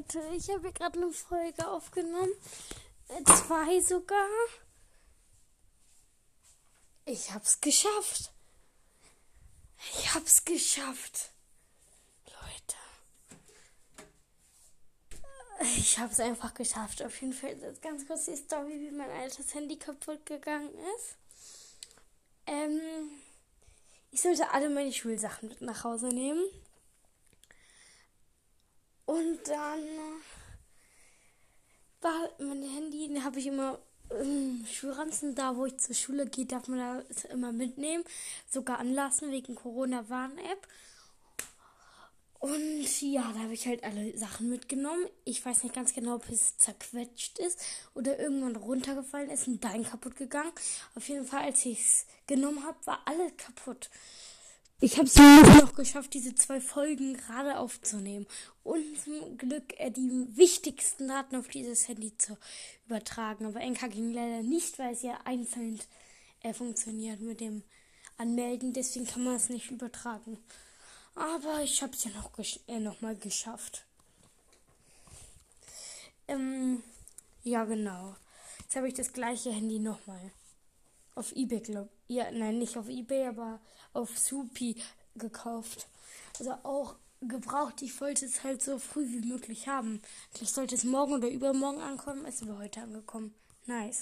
Leute, ich habe hier gerade eine Folge aufgenommen. 2 sogar. Ich hab's geschafft. Leute. Ich hab's einfach geschafft. Auf jeden Fall ist ganz kurz die Story, wie mein altes Handy kaputt gegangen ist. Ich sollte alle meine Schulsachen mit nach Hause nehmen. Und dann war mein Handy, habe ich immer Schulranzen, da wo ich zur Schule gehe, darf man das immer mitnehmen. Sogar anlassen wegen Corona-Warn-App. Und ja, da habe ich halt alle Sachen mitgenommen. Ich weiß nicht ganz genau, ob es zerquetscht ist oder irgendwann runtergefallen ist und dann kaputt gegangen. Auf jeden Fall, als ich es genommen habe, war alles kaputt. Ich habe es noch geschafft, diese 2 Folgen gerade aufzunehmen und zum Glück die wichtigsten Daten auf dieses Handy zu übertragen. Aber Anchor ging leider nicht, weil es ja einzeln funktioniert mit dem Anmelden. Deswegen kann man es nicht übertragen. Aber ich habe es ja noch mal geschafft. Ja, genau. Jetzt habe ich das gleiche Handy nochmal. Auf eBay, glaube ich. Ja, nein, nicht auf eBay, aber auf Supi gekauft. Also auch gebraucht. Ich wollte es halt so früh wie möglich haben. Vielleicht sollte es morgen oder übermorgen ankommen. Ist aber heute angekommen. Nice.